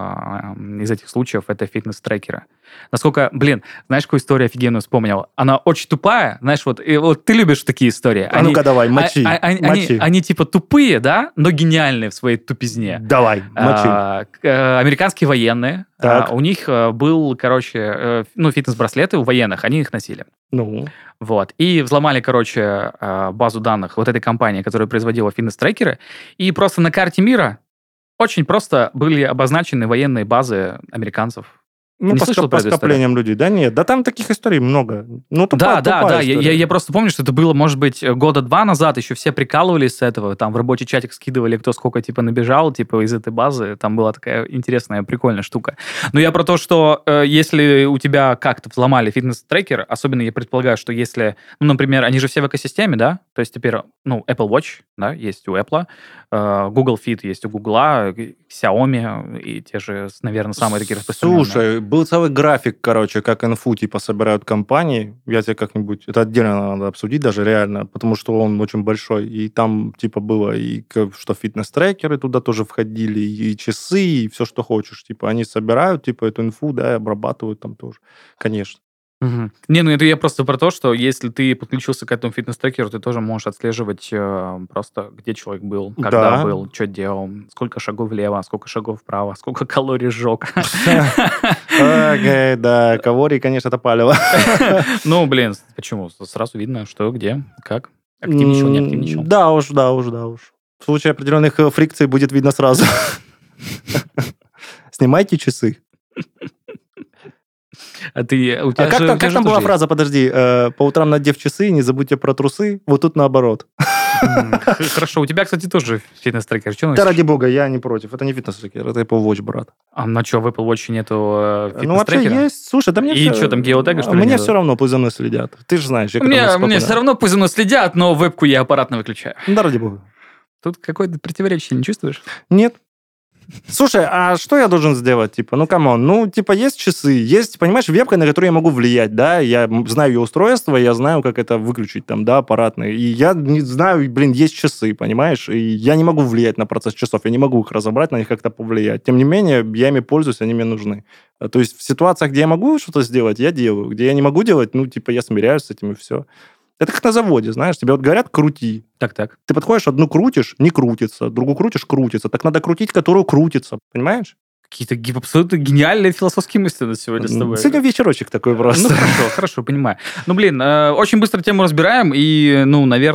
а, из этих случаев это фитнес-трекеры. Насколько, блин, знаешь, какую историю офигенную вспомнил? Она очень тупая, знаешь, вот, и вот ты любишь такие истории. А ну-ка давай, мочи, а- а- они, мочи. они типа тупые, да, но гениальные в своей тупизне. Давай, мочи. А, к- э, американские военные, Так. а, у них э, был, короче, э, ну, фитнес-браслеты у военных, они их носили. Ну, Вот. И взломали, короче, э, базу данных вот этой компании, которая производила фитнес-трекеры, и просто на карте мира очень просто были обозначены военные базы американцев. ну Не по, слышал ска- про по эту историю? скоплениям людей. Да нет, да там таких историй много. Ну, тупа- Да, да, тупая да. Я, история. я- я просто помню, что это было, может быть, года два назад. Еще все прикалывались с этого. Там в рабочий чатик скидывали, кто сколько типа набежал, типа из этой базы. Там была такая интересная, прикольная штука. Но я про то, что э, если у тебя как-то взломали фитнес-трекер, особенно я предполагаю, что если, ну, например, они же все в экосистеме, да? То есть теперь, ну, Apple Watch, да, есть у Apple, э, Google Fit есть у Google, Xiaomi и те же, наверное, самые такие распространенные. Слушай, был целый график, короче, как инфу, типа, собирают компании. Я тебе как-нибудь... Это отдельно надо обсудить даже реально, потому что он очень большой. И там, типа, было и к- что фитнес-трекеры туда тоже входили, и часы, и все, что хочешь. Типа, они собирают, типа, эту инфу, да, и обрабатывают там тоже. Конечно. Мгм. Не, ну это я просто про то, что если ты подключился к этому фитнес-трекеру, ты тоже можешь отслеживать э, просто, где человек был, когда Да. был, что делал, сколько шагов влево, сколько шагов вправо, сколько калорий сжег. Окей, да, калории, конечно, это палево. Ну, блин, почему? Сразу видно, что, где, как. Активничал, не активничал. М, Да уж, да уж, да уж. В случае определенных э, фрикций будет видно сразу. Снимайте часы. А ты, у А тебя как же- там, у тебя как же там тоже была есть. фраза, подожди, э, по утрам надев часы, не забудьте про трусы, вот тут наоборот. М, х- Хорошо, у тебя, кстати, тоже фитнес-трекер. Что Да носишь? ради бога, я не против, это не фитнес-трекер, это Apple Watch, брат. А на что, в Apple Watch нету э, Ну вообще фитнес-трекера? есть, слушай, да мне И всё- чё там, геотега, что ли, Мне нету? все равно, пусть за мной следят. Ты же знаешь, я к этому Мне, мне спокойно. все равно пусть за мной следят, но вебку я аппаратно выключаю. Да ради бога. Тут какое-то противоречие, не чувствуешь? Нет. Слушай, а что я должен сделать? Типа, ну, камон, ну, типа, есть часы, есть, понимаешь, вебка, на которую я могу влиять, да, я м- знаю ее устройство, я знаю, как это выключить там, да, аппаратные, и я не знаю, блин, есть часы, понимаешь, и я не могу влиять на процесс часов, я не могу их разобрать, на них как-то повлиять. Тем не менее, я ими пользуюсь, они мне нужны. А, То есть в ситуациях, где я могу что-то сделать, я делаю, где я не могу делать, ну, типа, я смиряюсь с этим, и все. Это как на заводе, знаешь, тебе вот говорят, крути, Так-так. ты подходишь, одну крутишь, не крутится, другую крутишь, крутится. Так надо крутить, которую крутится, понимаешь? Какие-то ги- абсолютно гениальные философские мысли на сегодня с тобой. Сегодня вечерочек такой Ну, просто. хорошо, хорошо, понимаю. Ну, блин, э, очень быстро тему разбираем, и, ну, наверное,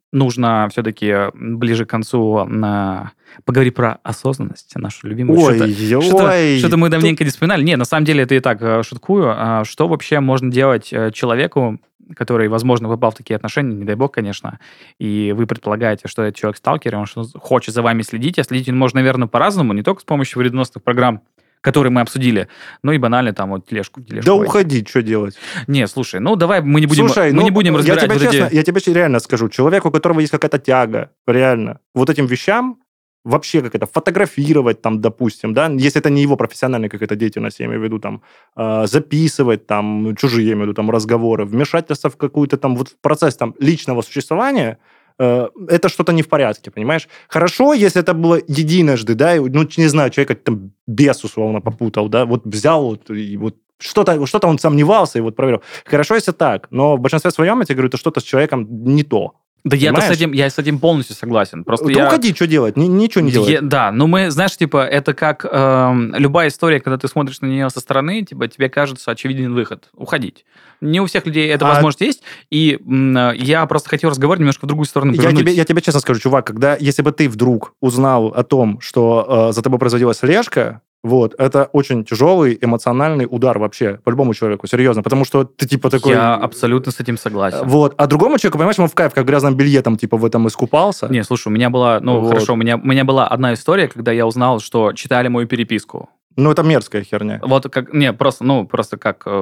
нужно все-таки ближе к концу на... поговорить про осознанность, нашу любимую. Ой, Что-то, что-то, ой, что-то мы тут- давненько не вспоминали. Не, на самом деле это и так э, шуткую. А что вообще можно делать э, человеку, который, возможно, попал в такие отношения, не дай бог, конечно, и вы предполагаете, что этот человек сталкер, и он что- хочет за вами следить, а следить он может, наверное, по-разному, не только с помощью вредоносных программ, которые мы обсудили, но и банально там вот тележку. тележку Да войти. уходи, что делать? Не, слушай, ну давай мы не будем, Слушай, мы ну, не будем я разбирать тебе вот честно, эти... я тебе реально скажу, человек, у которого есть какая-то тяга, реально, вот этим вещам, вообще как это, фотографировать там, допустим, да, если это не его профессиональная какая-то деятельность, я имею в виду там, э, записывать там, чужие, я имею в виду там, разговоры, вмешательство в какую-то там, вот в процесс там личного существования, э, это что-то не в порядке, понимаешь? Хорошо, если это было единожды, да, и, ну, не знаю, человека там бес условно попутал, да, вот взял вот, и вот что-то, что-то он сомневался и вот проверил. Хорошо, если так, но в большинстве своем, я тебе говорю, это что-то с человеком не то. Да я-то с Понимаешь? этим, я с этим полностью согласен. Просто Да я... уходи, что делать? Ни- ничего не делать. Е- Да, но мы, знаешь, типа, это как эм, любая история, когда ты смотришь на нее со стороны, типа, тебе кажется очевиден выход. Уходить. Не у всех людей эта А- возможность есть, и м, э, я просто хотел разговор немножко в другую сторону Я повернуть. тебе, я тебе честно скажу, чувак, когда, если бы ты вдруг узнал о том, что э, за тобой производилась слежка, вот, это очень тяжелый эмоциональный удар вообще по любому человеку, серьезно, потому что ты типа такой... Я абсолютно с этим согласен. Вот, а другому человеку, понимаешь, он в кайф, как в грязном белье там типа в этом искупался. Не, слушай, у меня была, ну, Вот. хорошо, у меня, у меня была одна история, когда я узнал, что читали мою переписку. Ну, это мерзкая херня. Вот как, не, просто, ну, просто как э,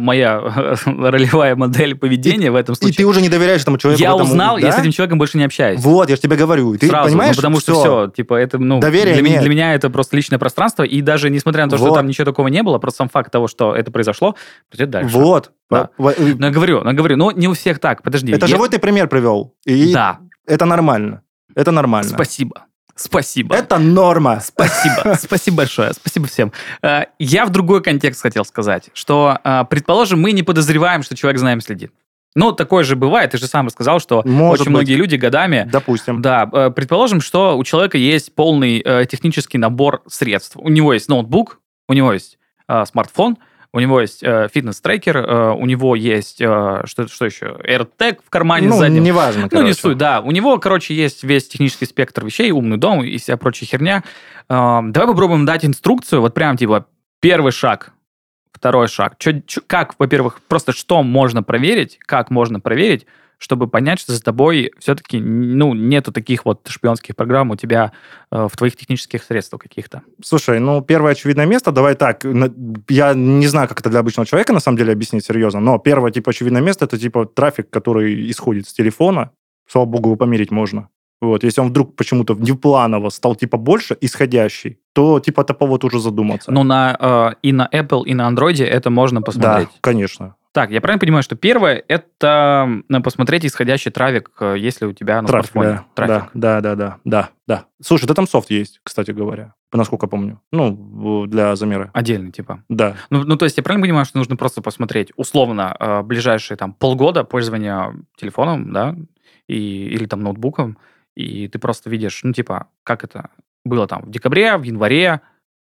моя ролевая модель поведения в этом И случае. ты уже не доверяешь этому человеку. Я этому- узнал, я да? с этим человеком больше не общаюсь. Вот, я же тебе говорю. И ты Сразу, понимаешь, ну, потому что всё. все, типа, это, ну, Доверия для, меня- нет. для меня это просто личное пространство, и даже несмотря на то, что Вот. там ничего такого не было, просто сам факт того, что это произошло, пойдет дальше. Вот. Да. Во- во- Но я говорю, но я говорю, ну, не у всех так, подожди. Это я- живой ты пример привел. И Да, это нормально. Это нормально. спасибо. Спасибо. Это норма. Спасибо, спасибо большое, спасибо всем. Э, Я в другой контекст хотел сказать, что, э, предположим, мы не подозреваем, что человек за нами следит. Ну, такое же бывает, ты же сам рассказал, что Может очень быть. многие люди годами... Допустим. Да, э, предположим, что у человека есть полный э, технический набор средств. У него есть ноутбук, у него есть э, смартфон, у него есть э, фитнес-трекер, э, у него есть, э, что, что еще, AirTag в кармане Ну, заднем. неважно, Ну, короче. не суть, да. У него, короче, есть весь технический спектр вещей, умный дом и вся прочая херня. Эм, давай попробуем дать инструкцию, вот прям типа первый шаг, второй шаг. Чё- чё- как, во-первых, просто что можно проверить, как можно проверить, чтобы понять, что за тобой все-таки, ну, нету таких вот шпионских программ у тебя э, в твоих технических средствах каких-то. Слушай, ну, первое очевидное место, давай так, на- я не знаю, как это для обычного человека, на самом деле, объяснить серьезно, но первое, типа, очевидное место, это, типа, трафик, который исходит с телефона, слава богу, его померить можно. Вот, если он вдруг почему-то внепланово стал, типа, больше исходящий, то, типа, это повод уже задуматься. Но на, э, и на Apple, и на Android это можно посмотреть. Да, конечно. Так, я правильно понимаю, что первое – это м, посмотреть исходящий трафик, э, если у тебя на Трафик, смартфоне. да, Трафик. да, да, да, да, да, да. Слушай, да там софт есть, кстати говоря, насколько помню. Ну, в- для замера. Отдельно, типа. Да. Ну, ну, то есть я правильно понимаю, что нужно просто посмотреть условно э, ближайшие там полгода пользования телефоном, да, и, или там ноутбуком, и ты просто видишь, ну, типа, как это было там в декабре, в январе,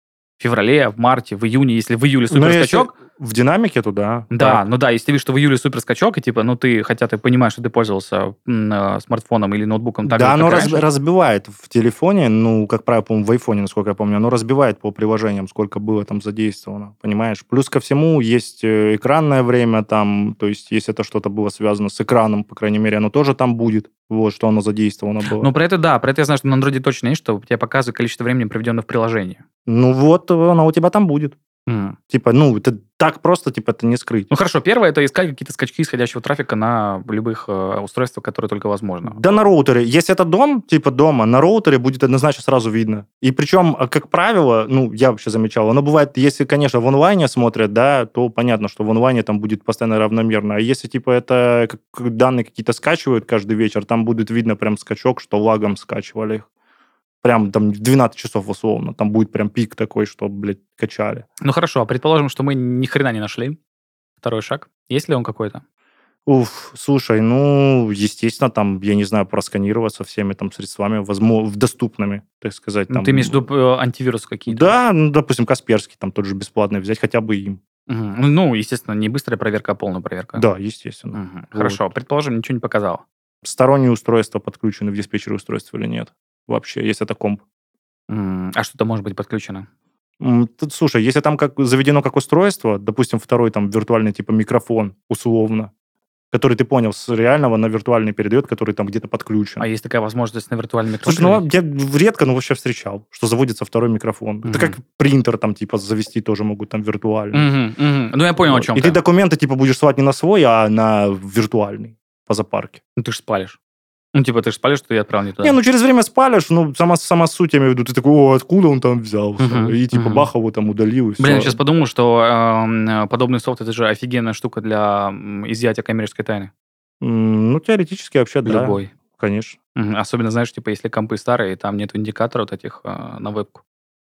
в феврале, в марте, в июне, если в июле Ну, если суперскачок. в динамике, то да. Да, Так. ну да, если ты видишь, что в июле суперскачок, и типа, ну ты, хотя ты понимаешь, что ты пользовался м, э, смартфоном или ноутбуком так Да, же, оно как раз- раньше. разбивает в телефоне, ну, как правило, по-моему, в айфоне, насколько я помню, оно разбивает по приложениям, сколько было там задействовано, понимаешь? Плюс ко всему есть э, экранное время там, то есть если это что-то было связано с экраном, по крайней мере, оно тоже там будет, вот, что оно задействовано было. Ну, про это да, про это я знаю, что на Android точно есть, что тебе показывает количество времени, проведенного в приложении. Ну вот, оно у тебя там будет. М. Типа, ну, это так просто, типа, это не скрыть. Ну хорошо, первое это искать какие-то скачки исходящего трафика на любых э, устройствах, которые только возможно. Да на роутере. Если это дом, типа дома, на роутере будет однозначно сразу видно. И причем, а, как правило, ну, я вообще замечал, оно бывает, если, конечно, в онлайне смотрят, да, то понятно, что в онлайне там будет постоянно равномерно. А если, типа, это как- данные какие-то скачивают каждый вечер, там будет видно прям скачок, что лагом скачивали их. Прям там двенадцать часов условно. Там будет прям пик такой, что, блядь, качали. Ну хорошо, а предположим, что мы ни хрена не нашли. Второй шаг. Есть ли он какой-то? Уф, слушай, ну, естественно, там, я не знаю, просканироваться всеми там средствами, возможно, доступными, так сказать. Ну, Там, ты имеешь в виду э, антивирус какие-то? Да, ну, допустим, Касперский, там тот же бесплатный взять, хотя бы им. Мгм. Ну, ну, естественно, не быстрая проверка, а полная проверка. Да, естественно. Мгм. Вот. Хорошо, предположим, ничего не показало. сторонние устройства подключены в диспетчере устройств или нет. Вообще, если это комп. М, А что-то может быть подключено? М, Тут, слушай, если там как заведено как устройство, допустим, второй там виртуальный типа микрофон, условно, который ты понял с реального на виртуальный передает, который там где-то подключен. А есть такая возможность на виртуальный микрофон? Слушай, ну я редко, но вообще встречал, что заводится второй микрофон. Мгм. Это как принтер там типа завести тоже могут там виртуально. Мгм, мгм. Ну, я понял, Вот. о чем И ты документы типа будешь ссылать не на свой, а на виртуальный по запарке. Ну, ты же спалишь. Ну, типа, ты же спалишь, что я отправил не туда. Не, ну через время спалишь, ну сама, сама суть, я имею в виду, ты такой, о, откуда он там взялся? Мгм, И типа мгм. бах, его там удалил, и все. Блин, я сейчас подумал, что эм, подобный софт это же офигенная штука для м, изъятия коммерческой тайны. Ну, теоретически вообще, да. Любой. Конечно. Мгм. Особенно, знаешь, типа, если компы старые, и там нет индикатора вот этих э, на вебку.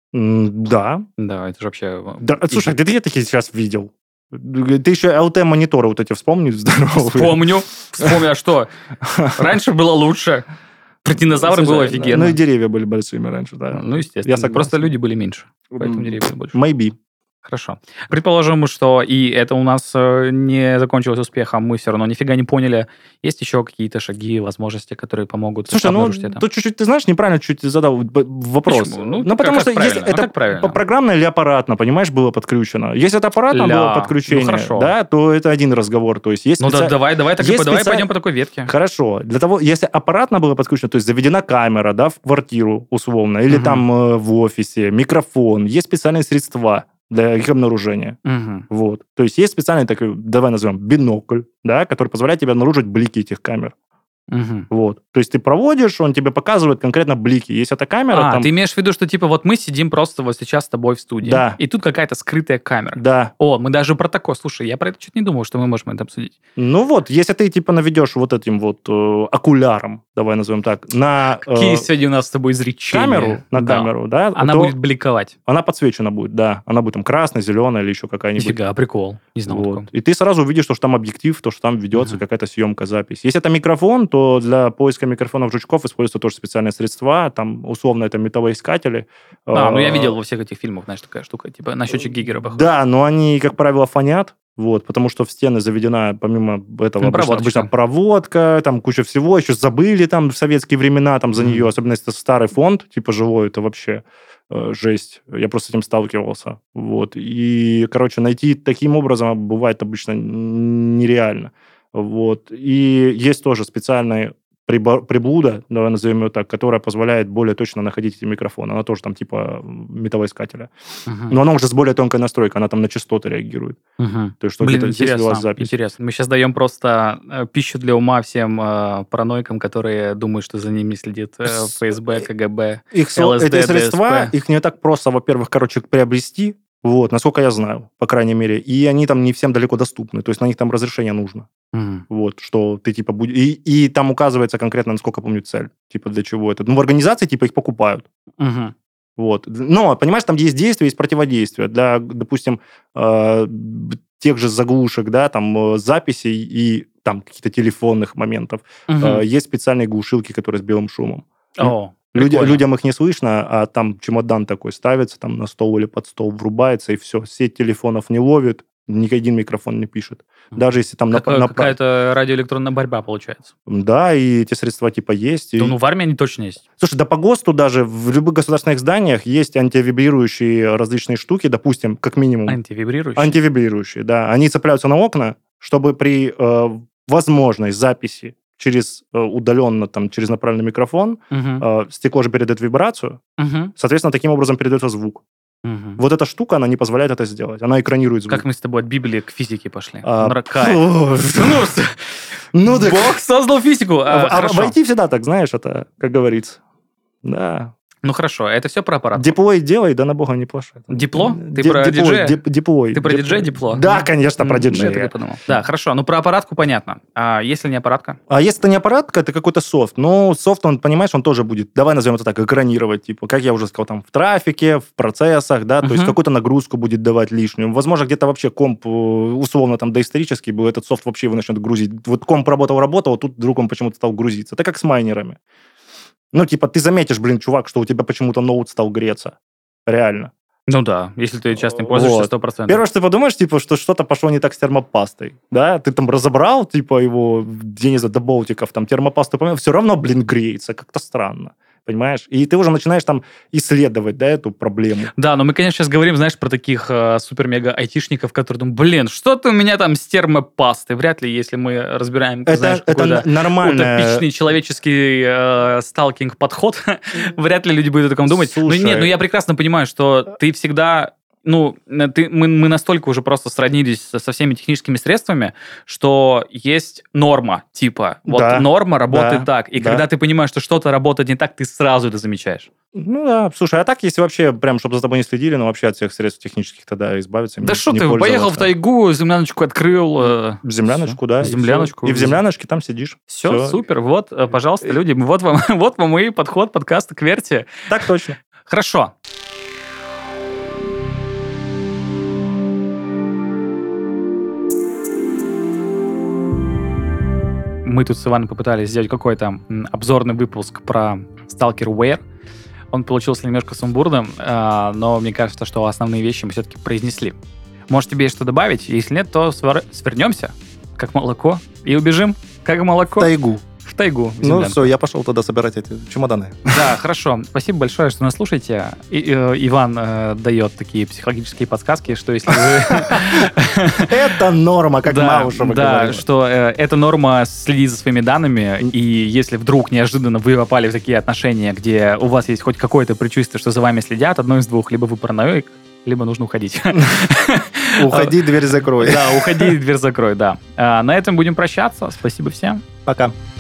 М, Да. Да, это же вообще... э, Да, слушай, ты где такие сейчас видел? Ты еще эл ти-мониторы вот эти вспомни здоровые. Вспомню. Вспомню, а что? Раньше было лучше. Про динозавры Слушай, было Ну офигенно. и деревья были большими раньше, да. Ну, естественно. Я согласен. Просто люди были меньше. Поэтому М, деревья были больше. Maybe. Хорошо. Предположим, что и это у нас э, не закончилось успехом, мы все равно нифига не поняли. Есть еще какие-то шаги, возможности, которые помогут Слушай, ну обнаружить это? тут чуть-чуть, ты знаешь, неправильно чуть задал б- вопрос. Почему? Ну, Ну, как- потому как что если правильно? А это как правильно? по- программно или аппаратно, понимаешь, было подключено. Если это аппаратно Ля, было ну, подключение, хорошо. да, то это один разговор. То есть есть Ну да, специ- давай, давай, так и есть по- давай специ- пойдем по такой ветке. Хорошо. Для того, если аппаратно было подключено, то есть заведена камера, да, в квартиру условно, или Мгм. там э, в офисе, микрофон, есть специальные средства для их обнаружения. Мгм. Вот. То есть есть специальный такой, давай назовем, бинокль, да, который позволяет тебе обнаружить блики этих камер. Мгм. Вот. То есть ты проводишь, он тебе показывает конкретно блики. Если это камера, А, там... ты имеешь в виду, что типа вот мы сидим просто вот сейчас с тобой в студии, Да. и тут какая-то скрытая камера. Да. О, мы даже про такое, слушай, я про это что-то не думал, что мы можем это обсудить. Ну вот, если ты типа наведешь вот этим вот э, окуляром, давай назовем так, на э, Какие сегодня у нас с тобой изречения? камеру, на Да. камеру, да, Она то будет бликовать. она подсвечена будет, да. Она будет там красная, зеленая или еще какая-нибудь. Нифига, прикол. Не знал Вот. такого. И ты сразу увидишь, что, что там объектив, то, что там ведется Мгм. какая-то съемка, запись. Если это микрофон, то для поиска микрофонов жучков используются тоже специальные средства. Там, условно, это металлоискатели. А, ну я Э, видел во всех этих фильмах, знаешь, такая штука, типа на счетчик Гиггера похож. Да, но они, как правило, фонят. Вот, потому что в стены заведена, помимо этого, Ну, обычно, проводочка. обычно проводка, там куча всего, еще забыли там в советские времена там за Мгм. нее, особенно если это старый фонд, типа живой, это вообще э, жесть. Я просто с этим сталкивался. Вот. И, короче, найти таким образом бывает обычно н- нереально. Вот. И есть тоже специальные прибор- приблуда, давай назовем ее так, которая позволяет более точно находить эти микрофоны. Она тоже там типа металлоискателя. Мгм. Но она уже с более тонкой настройкой, она там на частоты реагирует. Мгм. То есть, что Блин, где-то здесь интересно, велась запись. интересно. Мы сейчас даем просто э, пищу для ума всем э, параноикам, которые думают, что за ними следит э, С- ФСБ, КГБ. Их со- ЛСД, эти средства, ДСП. их не так просто, во-первых, короче, приобрести, вот, насколько я знаю, по крайней мере, и они там не всем далеко доступны, то есть на них там разрешение нужно, Мгм. вот, что ты, типа, будь... и, и там указывается конкретно, насколько помню, цель, типа, для чего это. Ну, в организации, типа, их покупают, Мгм. вот. Но, понимаешь, там есть действие, есть противодействие. Для, допустим, э, б- тех же заглушек, да, там, э, записей и там каких-то телефонных моментов, Мгм. э, есть специальные глушилки, которые с белым шумом. О, Люди, прикольно. людям их не слышно, а там чемодан такой ставится, там на стол или под стол врубается, и все. Сеть телефонов не ловит, ни один микрофон не пишет. Даже если там... на- Какая- на- Какая-то радиоэлектронная борьба получается. Да, и эти средства типа есть. и- Да, ну, в армии они точно есть. Слушай, да по ГОСТу даже в любых государственных зданиях есть антивибрирующие различные штуки, допустим, как минимум. Антивибрирующий. Антивибрирующие, да. Они цепляются на окна, чтобы при э, возможной записи через э, удаленно, там, через направленный микрофон, Мгм. э, стекло же передает вибрацию, Мгм. соответственно, таким образом передается звук. Мгм. Вот эта штука, она не позволяет это сделать. Она экранирует звук. Как мы с тобой от Библии к физике пошли. А, Ну, кайф. фу. Ну, с- Ну, так... Бог создал физику. А, А хорошо. войти всегда так, знаешь, это, как говорится. Да. Ну хорошо, это все про аппарат. Диплой делай, да на бога не плашай. Дипло? Ты Ди- про диплой, диджея? дип- диплой. Ты про Дип- диджея дипло? Да, конечно, про М, ну, я так и диджея. подумал. Да, хорошо. Ну, про аппаратку понятно. А если не аппаратка? А если это не аппаратка, это какой-то софт. Ну, софт, он, понимаешь, он тоже будет, давай назовем это так, экранировать, типа, как я уже сказал, там, в трафике, в процессах, да, то есть Мгм. какую-то нагрузку будет давать лишнюю. Возможно, где-то вообще комп, э, условно, там, доисторический был, этот софт вообще его начнет грузить. Вот комп работал-работал, а тут вдруг он почему-то стал грузиться. Это как с майнерами. Ну, типа, ты заметишь, блин, чувак, что у тебя почему-то ноут стал греться. Реально. Ну да, если ты часто им пользуешься, Вот. сто процентов. Первое, что ты подумаешь, типа, что что-то пошло не так с термопастой, да, ты там разобрал, типа, его, я не знаю, до болтиков, там, термопасту поменял, все равно, блин, греется, как-то странно, понимаешь? И ты уже начинаешь там исследовать, да, эту проблему. Да, но мы, конечно, сейчас говорим, знаешь, про таких э, супер-мега-айтишников, которые думают, блин, что-то у меня там с термопастой. Вряд ли, если мы разбираем, Это, знаешь, это какой-то нормально. утопичный человеческий э, сталкинг-подход, вряд ли люди будут о таком думать. Слушай. Ну нет, ну я прекрасно понимаю, что ты всегда... Ну, ты, мы, мы настолько уже просто сроднились со, со всеми техническими средствами, что есть норма, типа, вот Да, норма работает да, так. И да. когда ты понимаешь, что что-то работает не так, ты сразу это замечаешь. Ну да, слушай, а так, если вообще, прям, чтобы за тобой не следили, ну вообще от всех средств технических тогда избавиться. Да не- что не ты, поехал в пользоваться. тайгу, земляночку открыл. э, В земляночку, да. В и земляночку. всё. И в земляночке там сидишь. Все, Всё. супер. Вот, э, пожалуйста, люди, вот вам, вот вам и подход подкаста к Верте. Так точно. Хорошо. Мы тут с Иваном попытались сделать какой-то м, обзорный выпуск про Stalkerware. Он получился немножко сумбурным, э, но мне кажется, что основные вещи мы все-таки произнесли. Может, тебе есть что добавить? Если нет, то свар- свернемся, как молоко, и убежим, как молоко, Тайгу. в тайгу. в Ну землянку. все, я пошел тогда собирать эти чемоданы. Да, хорошо. Спасибо большое, что нас слушаете. И, э, Иван э, дает такие психологические подсказки, что если вы... Это норма, как Да, Маушева да, говорила. что э, эта норма следить за своими данными, и если вдруг неожиданно вы попали в такие отношения, где у вас есть хоть какое-то предчувствие, что за вами следят, одно из двух, либо вы параноик, либо нужно уходить. Уходи, дверь закрой. Да, уходи, дверь закрой, да. А, На этом будем прощаться. Спасибо всем. Пока.